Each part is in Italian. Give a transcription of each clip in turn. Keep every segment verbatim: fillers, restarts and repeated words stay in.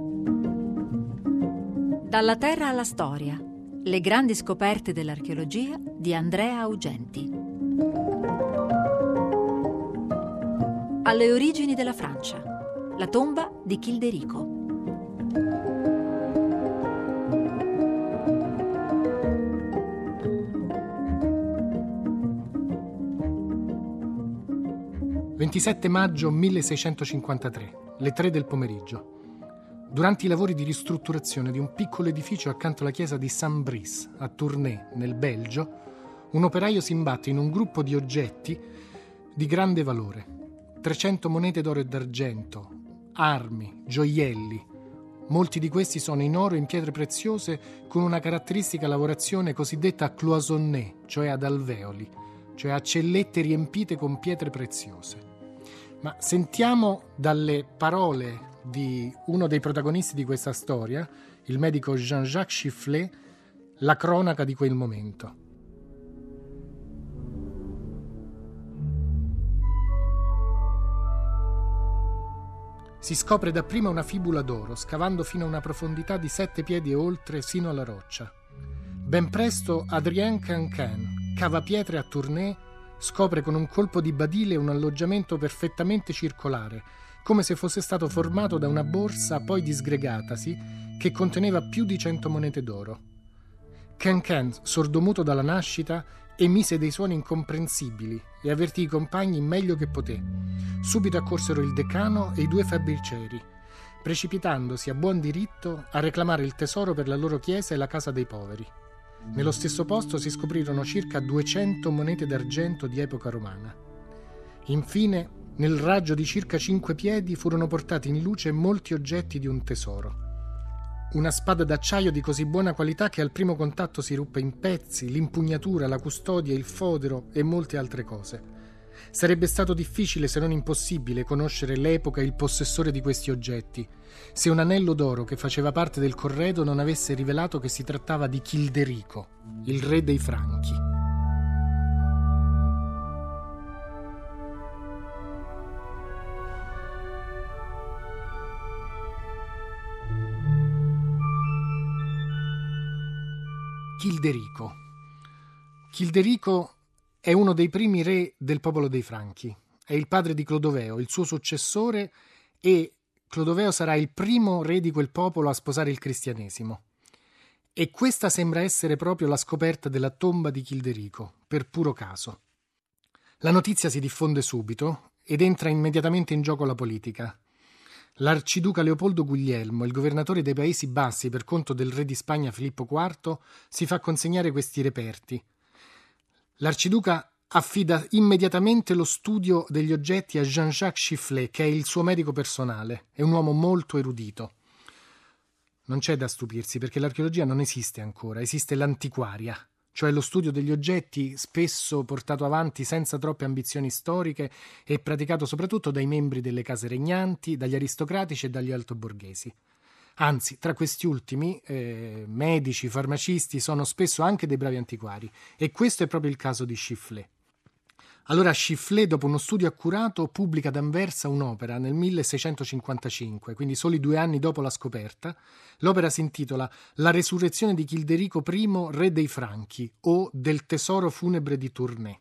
Dalla terra alla storia. Le grandi scoperte dell'archeologia di Andrea Augenti. Alle origini della Francia. La tomba di Childerico. ventisette maggio milleseicentocinquantatré, le tre del pomeriggio. Durante i lavori di ristrutturazione di un piccolo edificio accanto alla chiesa di Saint-Brice, a Tournai, nel Belgio, un operaio si imbatte in un gruppo di oggetti di grande valore. trecento monete d'oro e d'argento, armi, gioielli. Molti di questi sono in oro e in pietre preziose con una caratteristica lavorazione cosiddetta cloisonnée, cioè ad alveoli, cioè a cellette riempite con pietre preziose. Ma sentiamo dalle parole di uno dei protagonisti di questa storia, il medico Jean-Jacques Chifflet, la cronaca di quel momento. Si scopre dapprima una fibula d'oro, scavando fino a una profondità di sette piedi e oltre sino alla roccia. Ben presto Adrien Cancan, cavapietre a Tournai, scopre con un colpo di badile un alloggiamento perfettamente circolare, come se fosse stato formato da una borsa poi disgregatasi che conteneva più di cento monete d'oro. Cancan, sordomuto dalla nascita, emise dei suoni incomprensibili e avvertì i compagni meglio che poté. Subito accorsero il decano e i due fabbricieri, precipitandosi a buon diritto a reclamare il tesoro per la loro chiesa e la casa dei poveri. Nello stesso posto si scoprirono circa duecento monete d'argento di epoca romana. Infine, nel raggio di circa cinque piedi furono portati in luce molti oggetti di un tesoro. Una spada d'acciaio di così buona qualità che al primo contatto si ruppe in pezzi, l'impugnatura, la custodia, il fodero e molte altre cose. Sarebbe stato difficile, se non impossibile, conoscere l'epoca e il possessore di questi oggetti, se un anello d'oro che faceva parte del corredo non avesse rivelato che si trattava di Childerico, il re dei Franchi. Childerico. Childerico è uno dei primi re del popolo dei Franchi. È il padre di Clodoveo, il suo successore, e Clodoveo sarà il primo re di quel popolo a sposare il cristianesimo. E questa sembra essere proprio la scoperta della tomba di Childerico, per puro caso. La notizia si diffonde subito ed entra immediatamente in gioco la politica. L'arciduca Leopoldo Guglielmo, il governatore dei Paesi Bassi per conto del re di Spagna Filippo quarto, si fa consegnare questi reperti. L'arciduca affida immediatamente lo studio degli oggetti a Jean-Jacques Chifflet, che è il suo medico personale, è un uomo molto erudito. Non c'è da stupirsi, perché l'archeologia non esiste ancora, esiste l'antiquaria, cioè lo studio degli oggetti spesso portato avanti senza troppe ambizioni storiche e praticato soprattutto dai membri delle case regnanti, dagli aristocratici e dagli altoborghesi. Anzi, tra questi ultimi, eh, medici, farmacisti, sono spesso anche dei bravi antiquari, e questo è proprio il caso di Chifflet. Allora Chifflet, dopo uno studio accurato, pubblica ad Anversa un'opera nel milleseicentocinquantacinque, quindi soli due anni dopo la scoperta. L'opera si intitola La resurrezione di Childerico I, re dei Franchi, o del tesoro funebre di Tournai.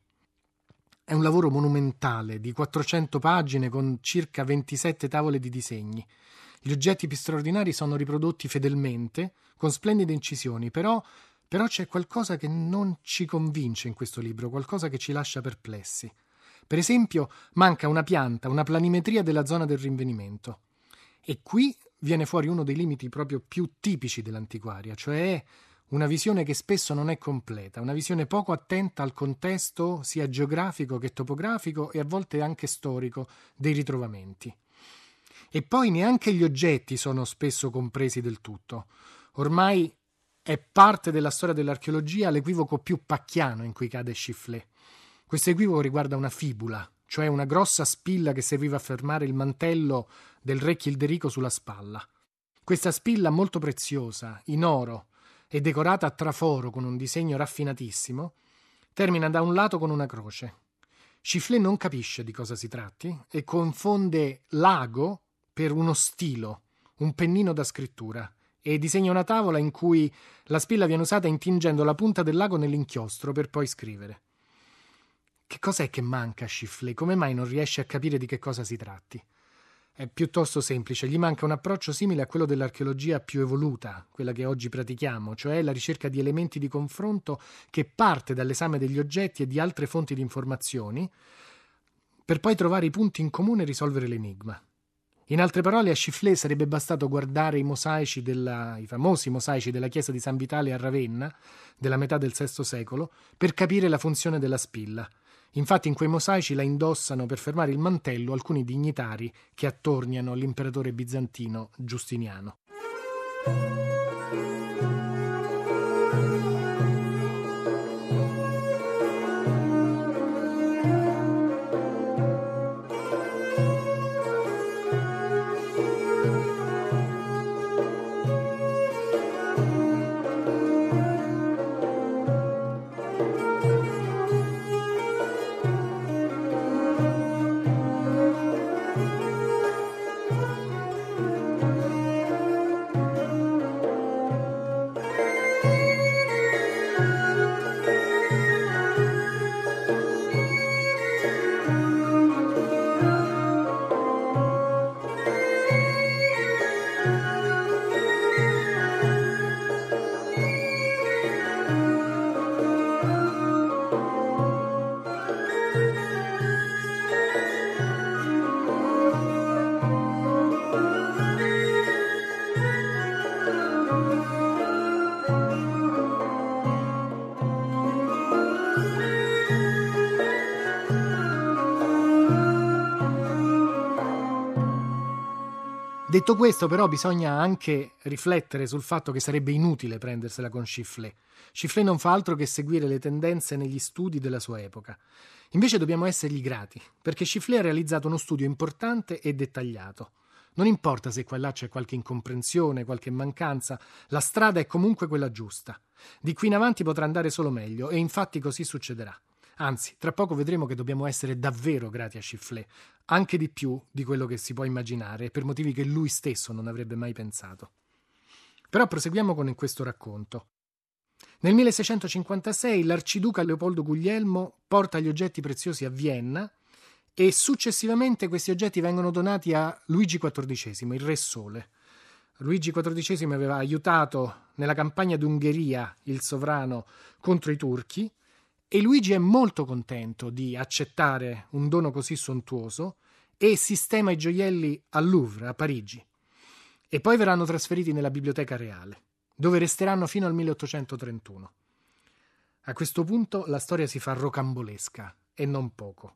È un lavoro monumentale di quattrocento pagine con circa ventisette tavole di disegni. Gli oggetti più straordinari sono riprodotti fedelmente, con splendide incisioni, però Però c'è qualcosa che non ci convince in questo libro, qualcosa che ci lascia perplessi. Per esempio, manca una pianta, una planimetria della zona del rinvenimento. E qui viene fuori uno dei limiti proprio più tipici dell'antiquaria, cioè una visione che spesso non è completa, una visione poco attenta al contesto sia geografico che topografico e a volte anche storico dei ritrovamenti. E poi neanche gli oggetti sono spesso compresi del tutto. Ormai è parte della storia dell'archeologia l'equivoco più pacchiano in cui cade Chifflet. Questo equivoco riguarda una fibula, cioè una grossa spilla che serviva a fermare il mantello del re Childerico sulla spalla. Questa spilla molto preziosa, in oro e decorata a traforo con un disegno raffinatissimo, termina da un lato con una croce. Chifflet non capisce di cosa si tratti e confonde l'ago per uno stilo, un pennino da scrittura, e disegna una tavola in cui la spilla viene usata intingendo la punta dell'ago nell'inchiostro per poi scrivere. Che cos'è che manca a Schifflé? Come mai non riesce a capire di che cosa si tratti? È piuttosto semplice, gli manca un approccio simile a quello dell'archeologia più evoluta, quella che oggi pratichiamo, cioè la ricerca di elementi di confronto che parte dall'esame degli oggetti e di altre fonti di informazioni per poi trovare i punti in comune e risolvere l'enigma. In altre parole, a Schifflé sarebbe bastato guardare i mosaici della, i famosi mosaici della chiesa di San Vitale a Ravenna, della metà del sesto secolo, per capire la funzione della spilla. Infatti in quei mosaici la indossano per fermare il mantello alcuni dignitari che attorniano l'imperatore bizantino Giustiniano. Detto questo, però, bisogna anche riflettere sul fatto che sarebbe inutile prendersela con Schifflé. Schifflé non fa altro che seguire le tendenze negli studi della sua epoca. Invece dobbiamo essergli grati, perché Schifflé ha realizzato uno studio importante e dettagliato. Non importa se qua e là c'è qualche incomprensione, qualche mancanza, la strada è comunque quella giusta. Di qui in avanti potrà andare solo meglio, e infatti così succederà. Anzi, tra poco vedremo che dobbiamo essere davvero grati a Schifflé, anche di più di quello che si può immaginare, per motivi che lui stesso non avrebbe mai pensato. Però proseguiamo con questo racconto. Nel milleseicentocinquantasei l'arciduca Leopoldo Guglielmo porta gli oggetti preziosi a Vienna e successivamente questi oggetti vengono donati a Luigi quattordicesimo, il Re Sole. Luigi quattordicesimo aveva aiutato nella campagna d'Ungheria il sovrano contro i turchi, e Luigi è molto contento di accettare un dono così sontuoso e sistema i gioielli al Louvre, a Parigi. E poi verranno trasferiti nella Biblioteca Reale, dove resteranno fino al milleottocentotrentuno. A questo punto la storia si fa rocambolesca, e non poco.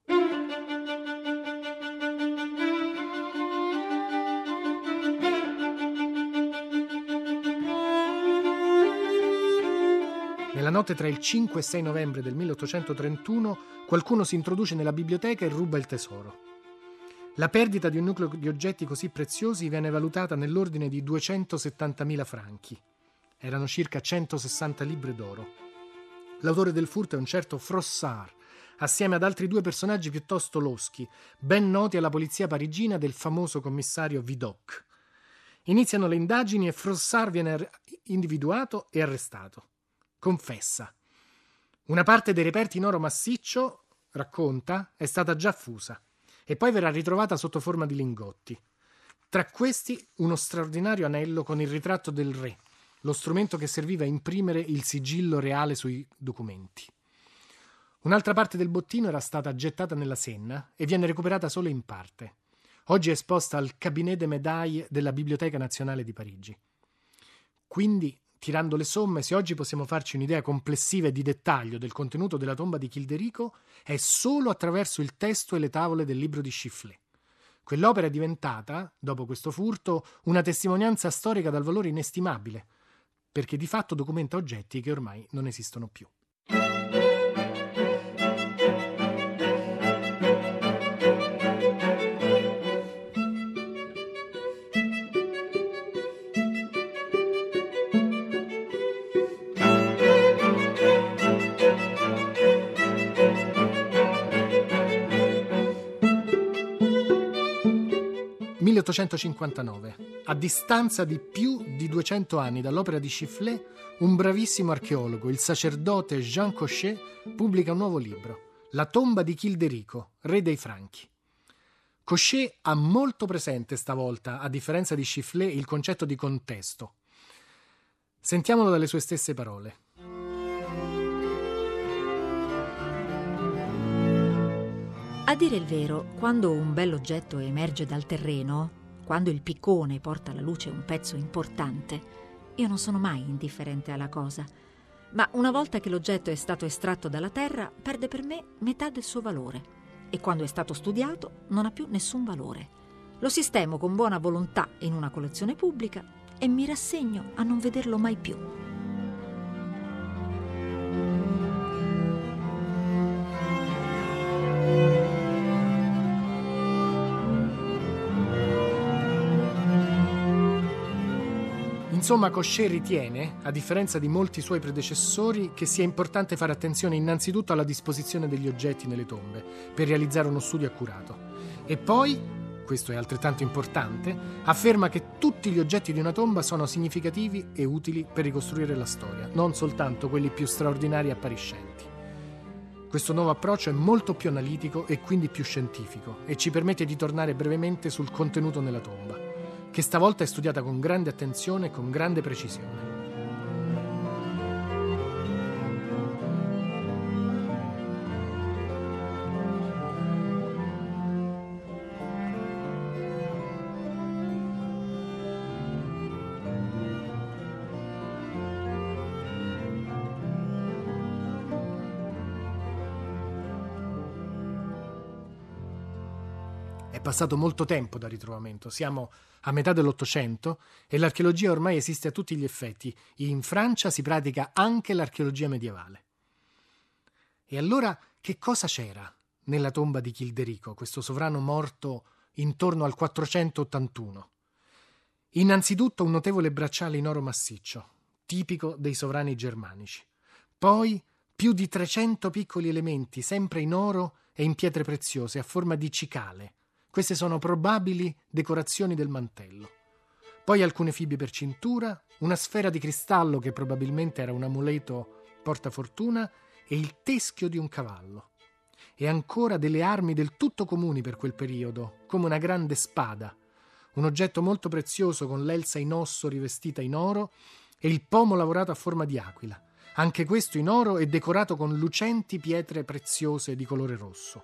Nella notte tra il cinque e sei novembre del milleottocentotrentuno qualcuno si introduce nella biblioteca e ruba il tesoro. La perdita di un nucleo di oggetti così preziosi viene valutata nell'ordine di duecentosettantamila franchi. Erano circa centosessanta libbre d'oro. L'autore del furto è un certo Frossard, assieme ad altri due personaggi piuttosto loschi, ben noti alla polizia parigina del famoso commissario Vidocq. Iniziano le indagini e Frossard viene individuato e arrestato. Confessa. Una parte dei reperti in oro massiccio, racconta, è stata già fusa e poi verrà ritrovata sotto forma di lingotti. Tra questi uno straordinario anello con il ritratto del re, lo strumento che serviva a imprimere il sigillo reale sui documenti. Un'altra parte del bottino era stata gettata nella Senna e viene recuperata solo in parte. Oggi è esposta al Cabinet des Médailles della Biblioteca Nazionale di Parigi. Quindi, tirando le somme, se oggi possiamo farci un'idea complessiva e di dettaglio del contenuto della tomba di Childerico, è solo attraverso il testo e le tavole del libro di Schifflé. Quell'opera è diventata, dopo questo furto, una testimonianza storica dal valore inestimabile, perché di fatto documenta oggetti che ormai non esistono più. milleottocentocinquantanove. A distanza di più di duecento anni dall'opera di Chiflet, un bravissimo archeologo, il sacerdote Jean Cochet, pubblica un nuovo libro, La tomba di Childerico, re dei Franchi. Cochet ha molto presente stavolta, a differenza di Chiflet, il concetto di contesto. Sentiamolo dalle sue stesse parole. A dire il vero, quando un bell'oggetto emerge dal terreno, quando il piccone porta alla luce un pezzo importante, io non sono mai indifferente alla cosa. Ma una volta che l'oggetto è stato estratto dalla terra, perde per me metà del suo valore. E quando è stato studiato, non ha più nessun valore. Lo sistemo con buona volontà in una collezione pubblica e mi rassegno a non vederlo mai più. Insomma, Cochet ritiene, a differenza di molti suoi predecessori, che sia importante fare attenzione innanzitutto alla disposizione degli oggetti nelle tombe, per realizzare uno studio accurato. E poi, questo è altrettanto importante, afferma che tutti gli oggetti di una tomba sono significativi e utili per ricostruire la storia, non soltanto quelli più straordinari e appariscenti. Questo nuovo approccio è molto più analitico e quindi più scientifico e ci permette di tornare brevemente sul contenuto nella tomba, che stavolta è studiata con grande attenzione e con grande precisione. È passato molto tempo dal ritrovamento, siamo a metà dell'Ottocento e l'archeologia ormai esiste a tutti gli effetti. In Francia si pratica anche l'archeologia medievale. E allora che cosa c'era nella tomba di Childerico, questo sovrano morto intorno al quattrocentottantuno? Innanzitutto un notevole bracciale in oro massiccio, tipico dei sovrani germanici. Poi più di trecento piccoli elementi, sempre in oro e in pietre preziose, a forma di cicale. Queste sono probabili decorazioni del mantello. Poi alcune fibbie per cintura, una sfera di cristallo che probabilmente era un amuleto portafortuna e il teschio di un cavallo. E ancora delle armi del tutto comuni per quel periodo, come una grande spada, un oggetto molto prezioso con l'elsa in osso rivestita in oro e il pomo lavorato a forma di aquila, anche questo in oro e decorato con lucenti pietre preziose di colore rosso.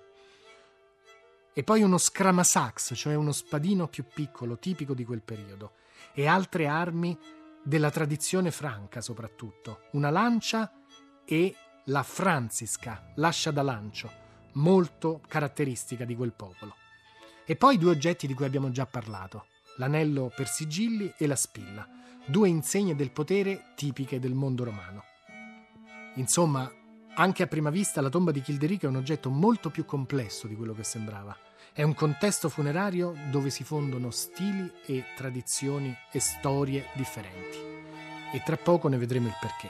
E poi uno scramasax, cioè uno spadino più piccolo, tipico di quel periodo, e altre armi della tradizione franca soprattutto, una lancia e la francisca, l'ascia da lancio, molto caratteristica di quel popolo. E poi due oggetti di cui abbiamo già parlato, l'anello per sigilli e la spilla, due insegne del potere tipiche del mondo romano. Insomma, anche a prima vista la tomba di Childerico è un oggetto molto più complesso di quello che sembrava. È un contesto funerario dove si fondono stili e tradizioni e storie differenti. E tra poco ne vedremo il perché.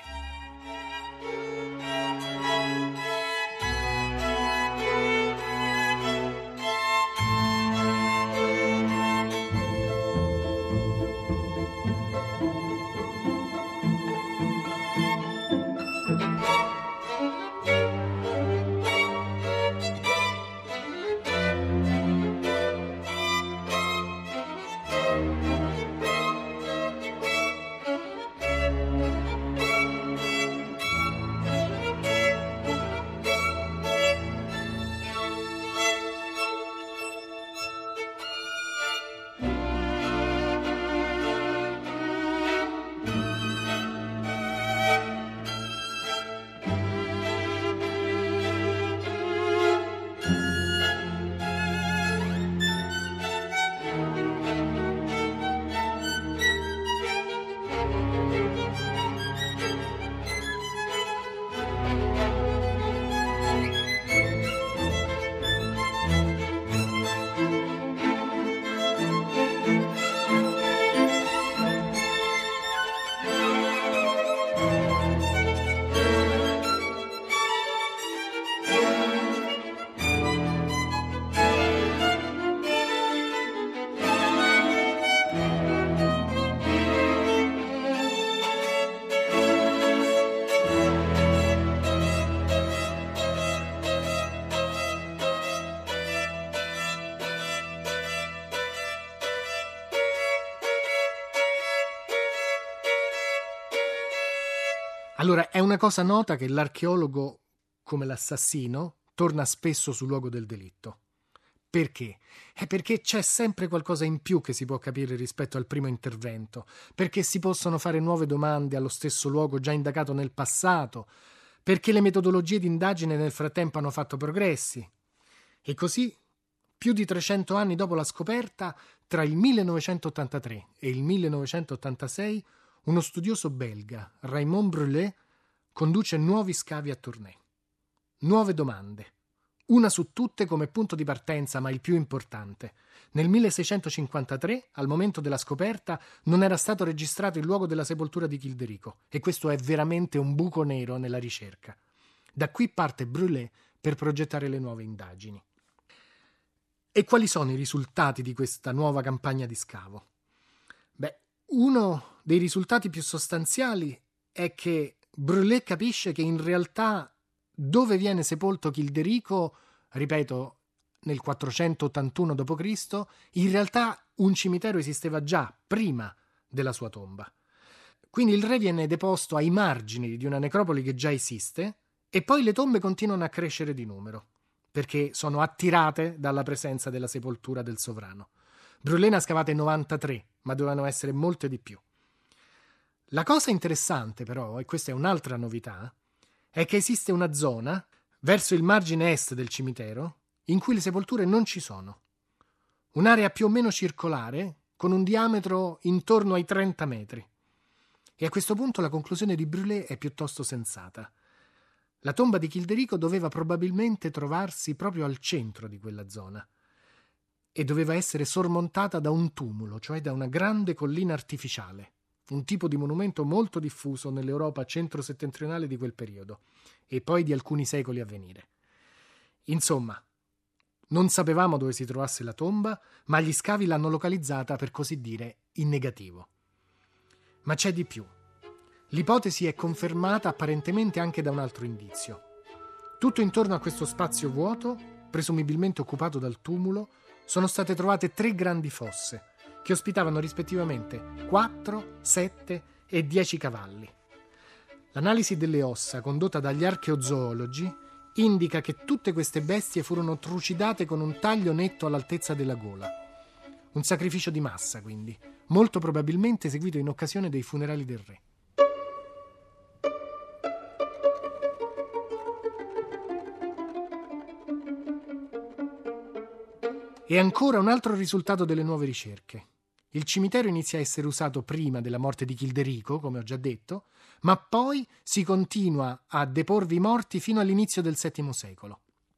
Allora, è una cosa nota che l'archeologo, come l'assassino, torna spesso sul luogo del delitto. Perché? È perché c'è sempre qualcosa in più che si può capire rispetto al primo intervento, perché si possono fare nuove domande allo stesso luogo già indagato nel passato, perché le metodologie di indagine nel frattempo hanno fatto progressi. E così, più di trecento anni dopo la scoperta, tra il millenovecentottantatré e il millenovecentottantasei, uno studioso belga, Raymond Brulé, conduce nuovi scavi a Tournai. Nuove domande. Una su tutte come punto di partenza, ma il più importante. Nel milleseicentocinquantatré, al momento della scoperta, non era stato registrato il luogo della sepoltura di Childerico, e questo è veramente un buco nero nella ricerca. Da qui parte Brulé per progettare le nuove indagini. E quali sono i risultati di questa nuova campagna di scavo? Beh, uno dei risultati più sostanziali è che Brulé capisce che in realtà dove viene sepolto Childerico, ripeto, nel quattrocentottantuno dopo Cristo, in realtà un cimitero esisteva già prima della sua tomba. Quindi il re viene deposto ai margini di una necropoli che già esiste e poi le tombe continuano a crescere di numero, perché sono attirate dalla presenza della sepoltura del sovrano. Brulé ne ha scavate novantatré, ma dovevano essere molte di più. La cosa interessante però, e questa è un'altra novità, è che esiste una zona, verso il margine est del cimitero, in cui le sepolture non ci sono. Un'area più o meno circolare, con un diametro intorno ai trenta metri. E a questo punto la conclusione di Brulé è piuttosto sensata. La tomba di Childerico doveva probabilmente trovarsi proprio al centro di quella zona e doveva essere sormontata da un tumulo, cioè da una grande collina artificiale, un tipo di monumento molto diffuso nell'Europa centro-settentrionale di quel periodo e poi di alcuni secoli a venire. Insomma, non sapevamo dove si trovasse la tomba, ma gli scavi l'hanno localizzata, per così dire, in negativo. Ma c'è di più. L'ipotesi è confermata apparentemente anche da un altro indizio. Tutto intorno a questo spazio vuoto, presumibilmente occupato dal tumulo, sono state trovate tre grandi fosse, che ospitavano rispettivamente quattro, sette e dieci cavalli. L'analisi delle ossa condotta dagli archeozoologi indica che tutte queste bestie furono trucidate con un taglio netto all'altezza della gola. Un sacrificio di massa, quindi, molto probabilmente eseguito in occasione dei funerali del re. E ancora un altro risultato delle nuove ricerche. Il cimitero inizia a essere usato prima della morte di Childerico, come ho già detto, ma poi si continua a deporvi i morti fino all'inizio del settimo secolo.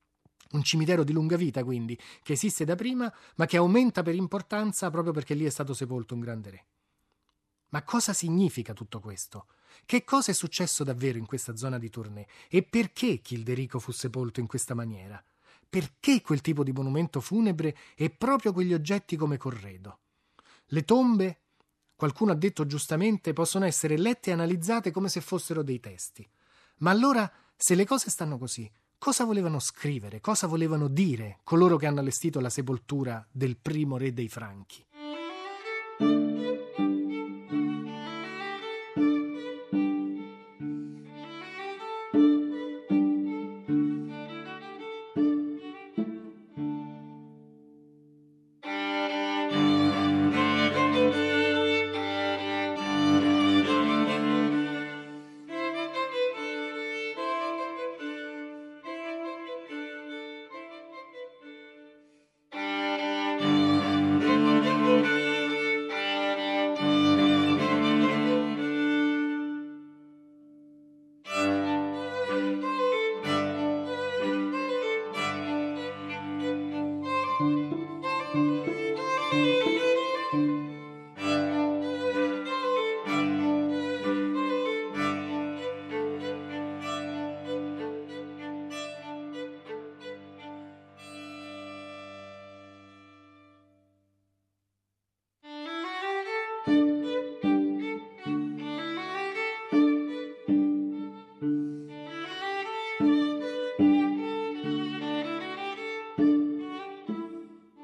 Un cimitero di lunga vita, quindi, che esiste da prima, ma che aumenta per importanza proprio perché lì è stato sepolto un grande re. Ma cosa significa tutto questo? Che cosa è successo davvero in questa zona di Tournai? E perché Childerico fu sepolto in questa maniera? Perché quel tipo di monumento funebre e proprio quegli oggetti come corredo? Le tombe, qualcuno ha detto giustamente, possono essere lette e analizzate come se fossero dei testi. Ma allora, se le cose stanno così, cosa volevano scrivere, cosa volevano dire coloro che hanno allestito la sepoltura del primo re dei Franchi?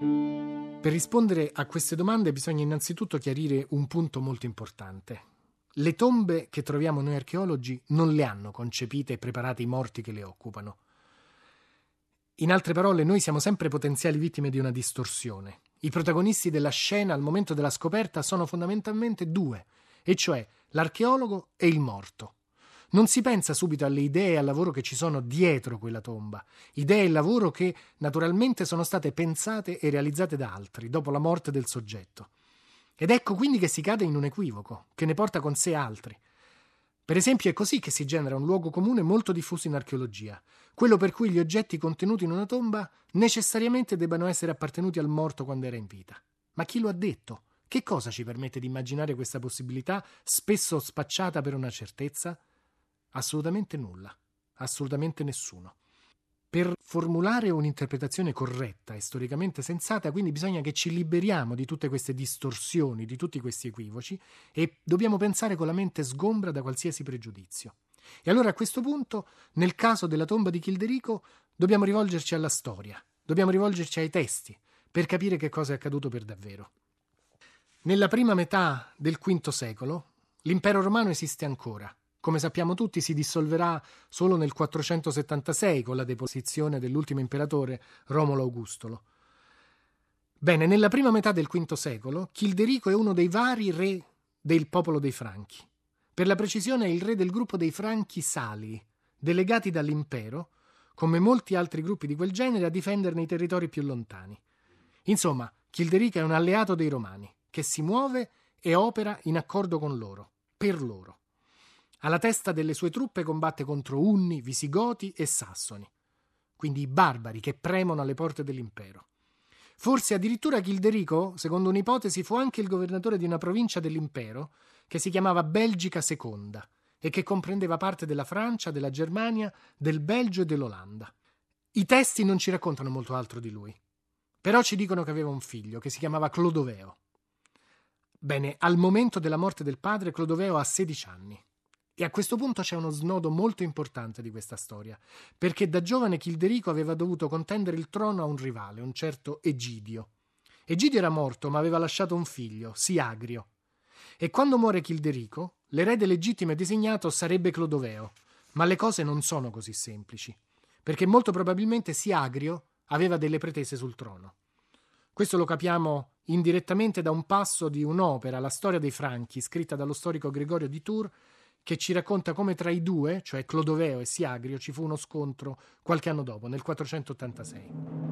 Per rispondere a queste domande bisogna innanzitutto chiarire un punto molto importante. Le tombe che troviamo noi archeologi non le hanno concepite e preparate i morti che le occupano. In altre parole, noi siamo sempre potenziali vittime di una distorsione. I protagonisti della scena al momento della scoperta sono fondamentalmente due, e cioè l'archeologo e il morto. Non si pensa subito alle idee e al lavoro che ci sono dietro quella tomba, idee e lavoro che naturalmente sono state pensate e realizzate da altri dopo la morte del soggetto. Ed ecco quindi che si cade in un equivoco, che ne porta con sé altri. Per esempio è così che si genera un luogo comune molto diffuso in archeologia, quello per cui gli oggetti contenuti in una tomba necessariamente debbano essere appartenuti al morto quando era in vita. Ma chi lo ha detto? Che cosa ci permette di immaginare questa possibilità, spesso spacciata per una certezza? Assolutamente nulla, assolutamente nessuno. Per formulare un'interpretazione corretta e storicamente sensata, quindi bisogna che ci liberiamo di tutte queste distorsioni, di tutti questi equivoci, e dobbiamo pensare con la mente sgombra da qualsiasi pregiudizio. E allora a questo punto, nel caso della tomba di Childerico, dobbiamo rivolgerci alla storia, dobbiamo rivolgerci ai testi, per capire che cosa è accaduto per davvero. Nella prima metà del quinto secolo, l'impero romano esiste ancora. Come sappiamo tutti, si dissolverà solo nel quattrocentosettantasei con la deposizione dell'ultimo imperatore, Romolo Augustolo. Bene, nella prima metà del quinto secolo, Childerico è uno dei vari re del popolo dei Franchi. Per la precisione è il re del gruppo dei Franchi Salii, delegati dall'impero, come molti altri gruppi di quel genere, a difenderne i territori più lontani. Insomma, Childerico è un alleato dei Romani, che si muove e opera in accordo con loro, per loro. Alla testa delle sue truppe combatte contro Unni, Visigoti e Sassoni, quindi i barbari che premono alle porte dell'impero. Forse addirittura Childerico, secondo un'ipotesi, fu anche il governatore di una provincia dell'impero che si chiamava Belgica Seconda e che comprendeva parte della Francia, della Germania, del Belgio e dell'Olanda. I testi non ci raccontano molto altro di lui, però ci dicono che aveva un figlio che si chiamava Clodoveo. Bene, al momento della morte del padre, Clodoveo ha sedici anni. E a questo punto c'è uno snodo molto importante di questa storia, perché da giovane Childerico aveva dovuto contendere il trono a un rivale, un certo Egidio. Egidio era morto, ma aveva lasciato un figlio, Siagrio. E quando muore Childerico, l'erede legittimo e designato sarebbe Clodoveo, ma le cose non sono così semplici, perché molto probabilmente Siagrio aveva delle pretese sul trono. Questo lo capiamo indirettamente da un passo di un'opera, La storia dei Franchi, scritta dallo storico Gregorio di Tours, che ci racconta come tra i due, cioè Clodoveo e Siagrio, ci fu uno scontro qualche anno dopo, nel quattrocentottantasei.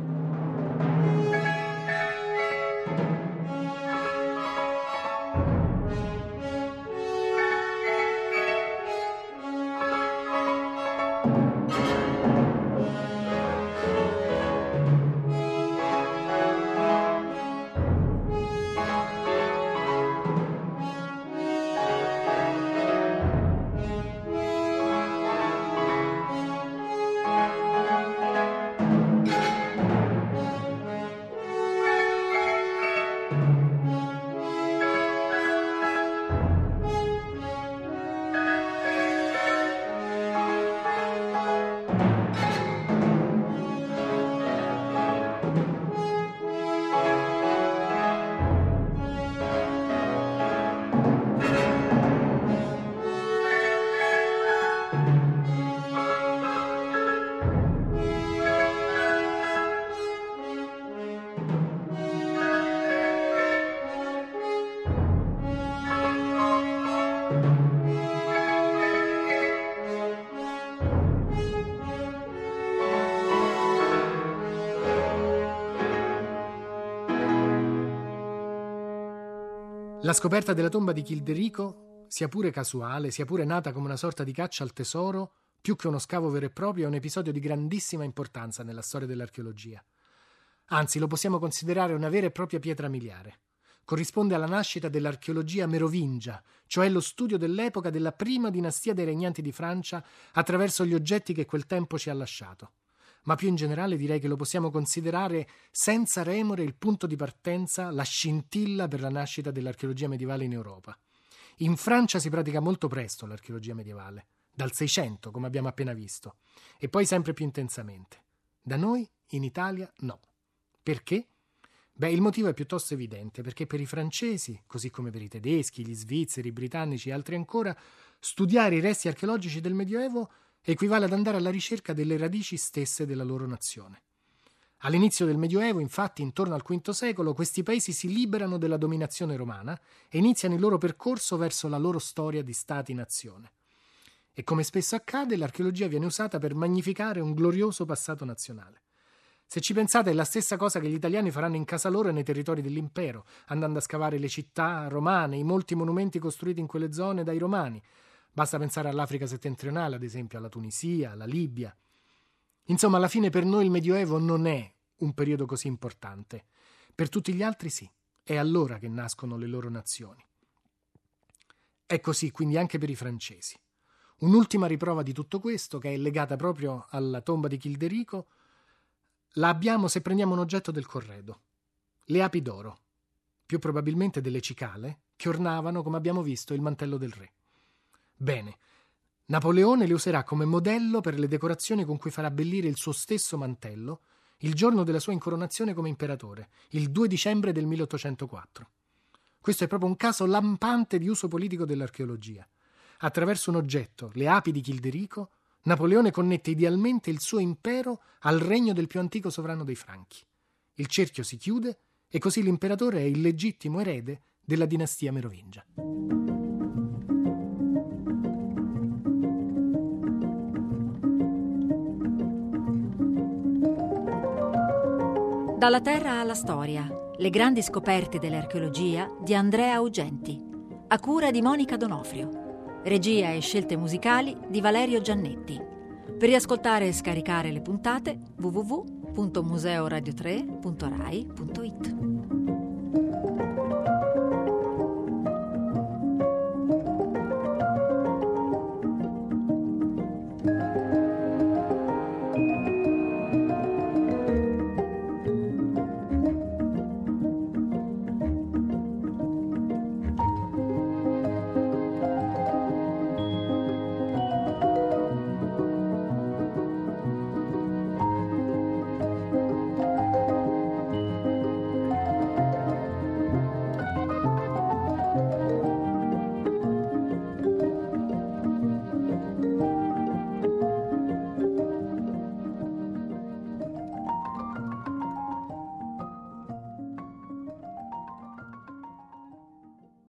La scoperta della tomba di Childerico, sia pure casuale, sia pure nata come una sorta di caccia al tesoro, più che uno scavo vero e proprio, è un episodio di grandissima importanza nella storia dell'archeologia. Anzi, lo possiamo considerare una vera e propria pietra miliare. Corrisponde alla nascita dell'archeologia merovingia, cioè lo studio dell'epoca della prima dinastia dei regnanti di Francia attraverso gli oggetti che quel tempo ci ha lasciato. Ma più in generale direi che lo possiamo considerare senza remore il punto di partenza, la scintilla per la nascita dell'archeologia medievale in Europa. In Francia si pratica molto presto l'archeologia medievale, dal Seicento, come abbiamo appena visto, e poi sempre più intensamente. Da noi, in Italia, no. Perché? Beh, il motivo è piuttosto evidente, perché per i francesi, così come per i tedeschi, gli svizzeri, i britannici e altri ancora, studiare i resti archeologici del Medioevo equivale ad andare alla ricerca delle radici stesse della loro nazione. All'inizio del Medioevo, infatti, intorno al quinto secolo, questi paesi si liberano dalla dominazione romana e iniziano il loro percorso verso la loro storia di stati-nazione. E come spesso accade, l'archeologia viene usata per magnificare un glorioso passato nazionale. Se ci pensate, è la stessa cosa che gli italiani faranno in casa loro e nei territori dell'impero, andando a scavare le città romane, i molti monumenti costruiti in quelle zone dai romani. Basta pensare all'Africa settentrionale, ad esempio, alla Tunisia, alla Libia. Insomma, alla fine per noi il Medioevo non è un periodo così importante. Per tutti gli altri sì. È allora che nascono le loro nazioni. È così quindi anche per i francesi. Un'ultima riprova di tutto questo, che è legata proprio alla tomba di Childerico, la abbiamo se prendiamo un oggetto del corredo. Le api d'oro, più probabilmente delle cicale, che ornavano, come abbiamo visto, il mantello del re. Bene, Napoleone le userà come modello per le decorazioni con cui farà abbellire il suo stesso mantello il giorno della sua incoronazione come imperatore, il due dicembre del milleottocentoquattro. Questo è proprio un caso lampante di uso politico dell'archeologia. Attraverso un oggetto, le api di Childerico, Napoleone connette idealmente il suo impero al regno del più antico sovrano dei Franchi. Il cerchio si chiude e così l'imperatore è il legittimo erede della dinastia merovingia. Dalla terra alla storia, le grandi scoperte dell'archeologia di Andrea Augenti, a cura di Monica Donofrio, regia e scelte musicali di Valerio Giannetti. Per riascoltare e scaricare le puntate w w w punto museo radio tre punto rai punto it.